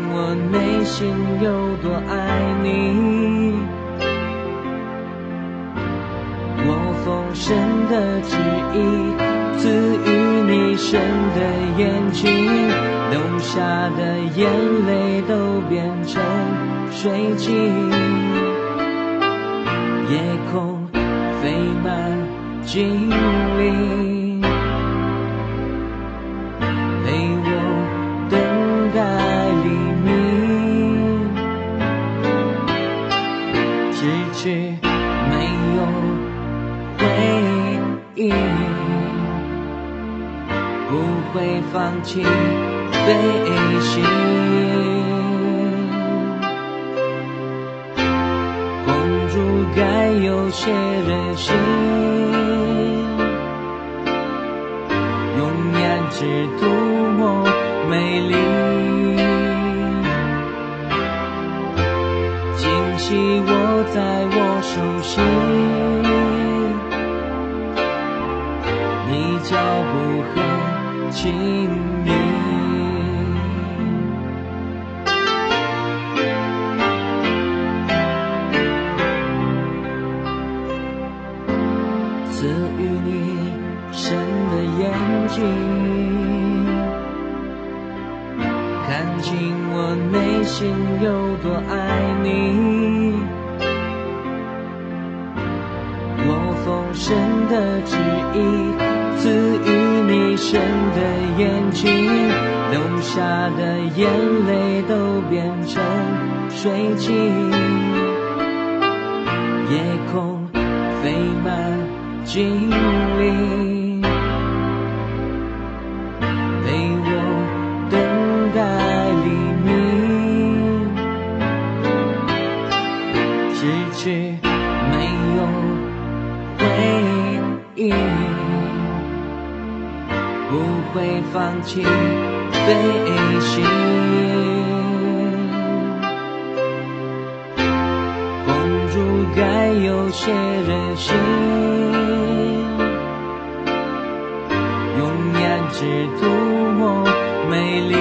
我内心有多爱你。我丰盛的旨意赐予你深的眼睛，流下的眼泪都变成水晶，夜空飞满精灵，陪我等待黎明，失去没有回应，不会放弃飞行。公主该有些任性，用颜值涂抹美丽，惊喜握在我手心，你脚步很轻盈。赐予你深的眼睛，看清我内心有多爱你。我丰盛的旨意赐予你深的眼睛，流下的眼泪都变成水晶，夜空飞满精灵，陪我等待黎明，失去没有回应，不会放弃飞行。公主该有些任性，用颜值涂抹美丽，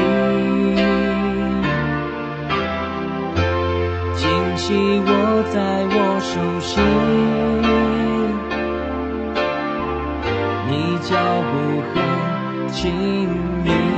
惊喜握在我手心，你脚步很轻盈。